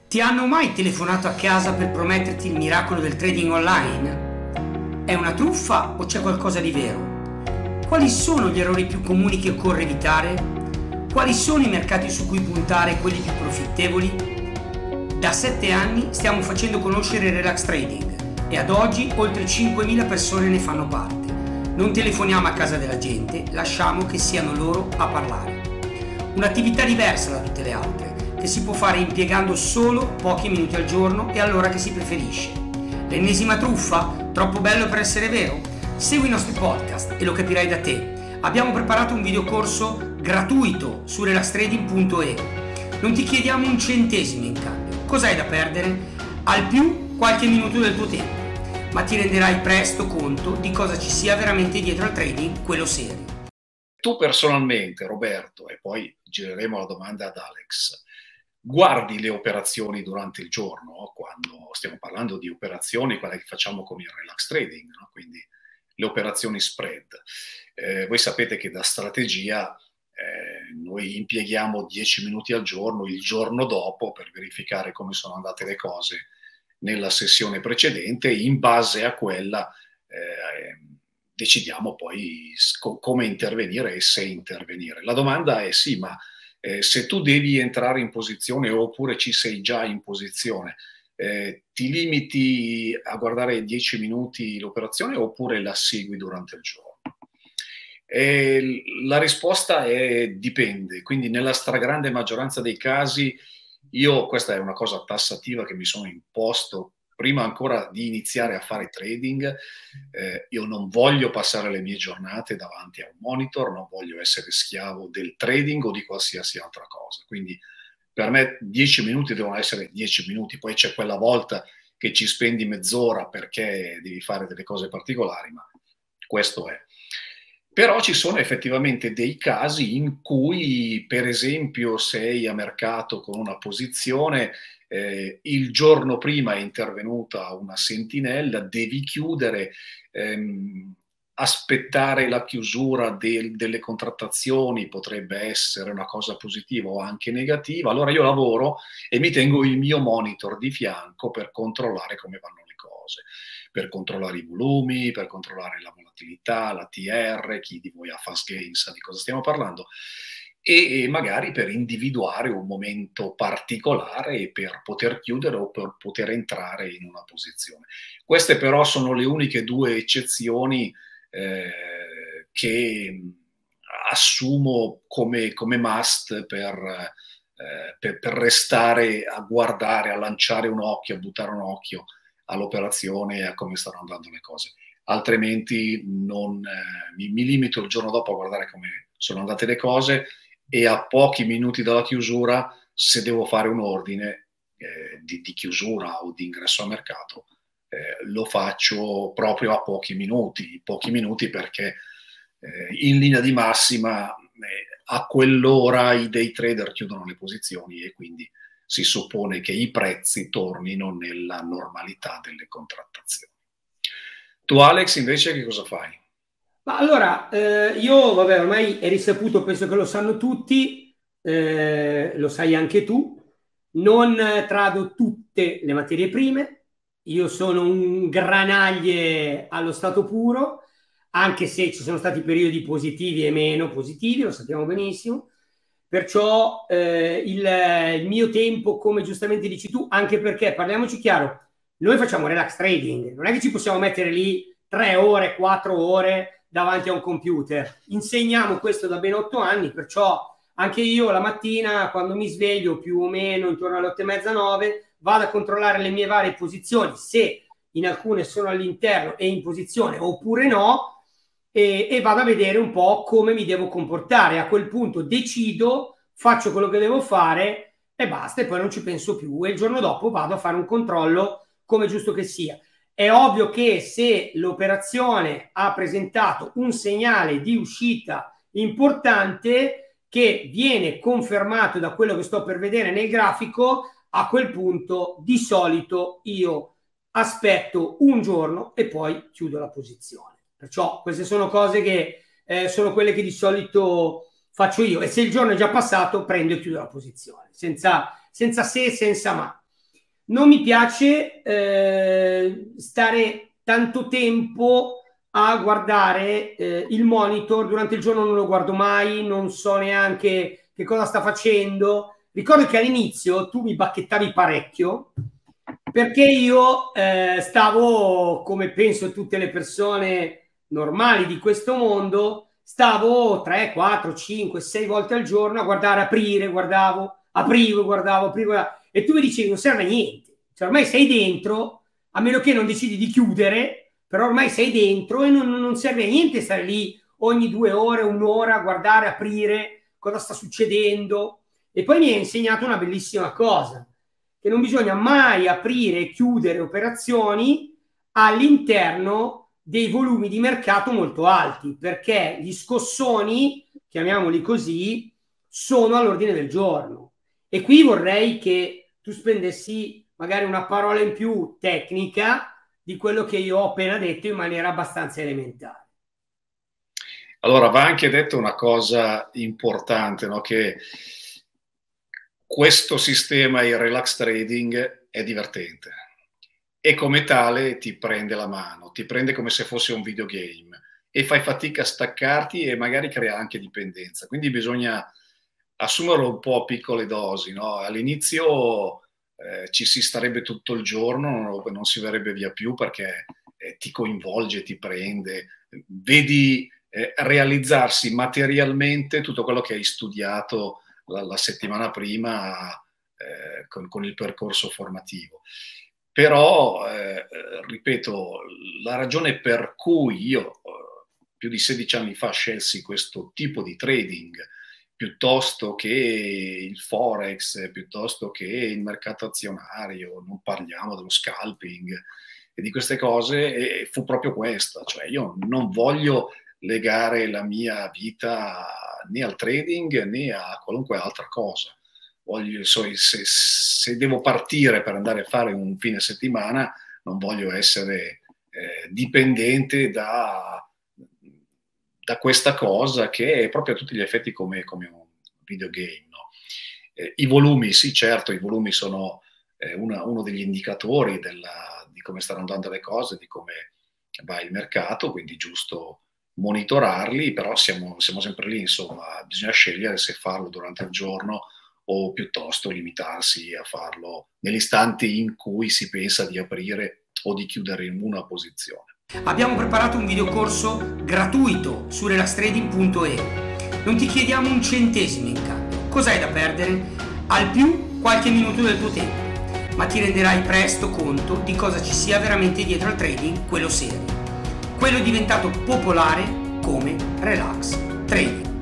Ti hanno mai telefonato a casa per prometterti il miracolo del trading online? È una truffa o c'è qualcosa di vero? Quali sono gli errori più comuni che occorre evitare? Quali sono i mercati su cui puntare, quelli più profittevoli? Da 7 anni stiamo facendo conoscere il Relax Trading e ad oggi oltre 5.000 persone ne fanno parte. Non telefoniamo a casa della gente, lasciamo che siano loro a parlare. Un'attività diversa da tutte le altre, che si può fare impiegando solo pochi minuti al giorno e all'ora che si preferisce. L'ennesima truffa? Troppo bello per essere vero? Segui i nostri podcast e lo capirai da te. Abbiamo preparato un videocorso gratuito su relaxtrading.eu. Non ti chiediamo un centesimo in cambio. Cos'hai da perdere? Al più qualche minuto del tuo tempo, ma ti renderai presto conto di cosa ci sia veramente dietro al trading, quello serio. Tu personalmente, Roberto, e poi gireremo la domanda ad Alex, guardi le operazioni durante il giorno, quando stiamo parlando di operazioni, quelle che facciamo con il relax trading, no? Quindi le operazioni spread. Voi sapete che da strategia noi impieghiamo 10 minuti al giorno il giorno dopo per verificare come sono andate le cose nella sessione precedente. In base a quella decidiamo poi come intervenire e se intervenire. La domanda è sì, ma se tu devi entrare in posizione oppure ci sei già in posizione, ti limiti a guardare 10 minuti l'operazione oppure la segui durante il giorno? La risposta è dipende, quindi nella stragrande maggioranza dei casi questa è una cosa tassativa che mi sono imposto prima ancora di iniziare a fare trading. Io non voglio passare le mie giornate davanti a un monitor, non voglio essere schiavo del trading o di qualsiasi altra cosa. Quindi per me 10 minuti devono essere 10 minuti, poi c'è quella volta che ci spendi mezz'ora perché devi fare delle cose particolari, ma questo è. Però ci sono effettivamente dei casi in cui, per esempio, sei a mercato con una posizione, il giorno prima è intervenuta una sentinella, devi chiudere, aspettare la chiusura delle contrattazioni potrebbe essere una cosa positiva o anche negativa. Allora io lavoro e mi tengo il mio monitor di fianco per controllare come vanno le cose, per controllare i volumi, per controllare la volatilità, la TR, chi di voi ha fast gain sa di cosa stiamo parlando, e magari per individuare un momento particolare per poter chiudere o per poter entrare in una posizione. Queste però sono le uniche due eccezioni che assumo come must per restare a guardare, a lanciare un occhio, a buttare un occhio all'operazione e a come stanno andando le cose. Altrimenti mi limito il giorno dopo a guardare come sono andate le cose e a pochi minuti dalla chiusura, se devo fare un ordine di chiusura o di ingresso al mercato, lo faccio proprio a pochi minuti perché in linea di massima a quell'ora i day trader chiudono le posizioni e quindi si suppone che i prezzi tornino nella normalità delle contrattazioni. Tu, Alex, invece che cosa fai? Ma allora, io, vabbè, ormai è risaputo, penso che lo sanno tutti, lo sai anche tu, non trado tutte le materie prime, io sono un granaglie allo stato puro, anche se ci sono stati periodi positivi e meno positivi, lo sappiamo benissimo, perciò il mio tempo, come giustamente dici tu, anche perché, parliamoci chiaro, noi facciamo relax trading, non è che ci possiamo mettere lì 3 ore, 4 ore davanti a un computer. Insegniamo questo da ben 8 anni, perciò anche io la mattina, quando mi sveglio più o meno intorno alle 8:30, 9, vado a controllare le mie varie posizioni, se in alcune sono all'interno e in posizione oppure no, e vado a vedere un po' come mi devo comportare. A quel punto decido, faccio quello che devo fare e basta, e poi non ci penso più, e il giorno dopo vado a fare un controllo come giusto che sia. È ovvio che se l'operazione ha presentato un segnale di uscita importante che viene confermato da quello che sto per vedere nel grafico, a quel punto di solito io aspetto un giorno e poi chiudo la posizione. Perciò queste sono cose che sono quelle che di solito faccio io, e se il giorno è già passato prendo e chiudo la posizione senza se e senza ma. non mi piace stare tanto tempo a guardare il monitor. Durante il giorno non lo guardo mai, non so neanche che cosa sta facendo. Ricordo che all'inizio tu mi bacchettavi parecchio perché io stavo, come penso tutte le persone normali di questo mondo, stavo 3, 4, 5, 6 volte al giorno a guardare, aprivo, guardavo, e tu mi dicevi non serve a niente, cioè ormai sei dentro, a meno che non decidi di chiudere, però ormai sei dentro e non serve a niente stare lì ogni 2 ore, un'ora a guardare, aprire cosa sta succedendo. E poi mi hai insegnato una bellissima cosa, che non bisogna mai aprire e chiudere operazioni all'interno dei volumi di mercato molto alti, perché gli scossoni, chiamiamoli così, sono all'ordine del giorno. E qui vorrei che tu spendessi magari una parola in più tecnica di quello che io ho appena detto in maniera abbastanza elementare. Allora, va anche detto una cosa importante, no? Che questo sistema, il relax trading, è divertente e come tale ti prende la mano, ti prende come se fosse un videogame e fai fatica a staccarti e magari crea anche dipendenza. Quindi bisogna assumerlo un po' a piccole dosi, no? All'inizio ci si starebbe tutto il giorno, non si verrebbe via più perché ti coinvolge, ti prende, vedi realizzarsi materialmente tutto quello che hai studiato la settimana prima con il percorso formativo. Però, ripeto, la ragione per cui io più di 16 anni fa scelsi questo tipo di trading piuttosto che il Forex, piuttosto che il mercato azionario, non parliamo dello scalping e di queste cose, e fu proprio questa, cioè io non voglio legare la mia vita né al trading né a qualunque altra cosa. Se devo partire per andare a fare un fine settimana, non voglio essere dipendente da questa cosa che è proprio a tutti gli effetti come un videogame. No? I volumi, sì, certo, i volumi sono uno degli indicatori di come stanno andando le cose, di come va il mercato, quindi giusto monitorarli, però siamo sempre lì, insomma, bisogna scegliere se farlo durante il giorno o piuttosto limitarsi a farlo negli istanti in cui si pensa di aprire o di chiudere in una posizione. Abbiamo preparato un videocorso gratuito su relaxtrading.eu. Non ti chiediamo un centesimo in cambio. Cos'hai da perdere? Al più qualche minuto del tuo tempo, ma ti renderai presto conto di cosa ci sia veramente dietro al trading, quello serio, quello diventato popolare come Relax Trading.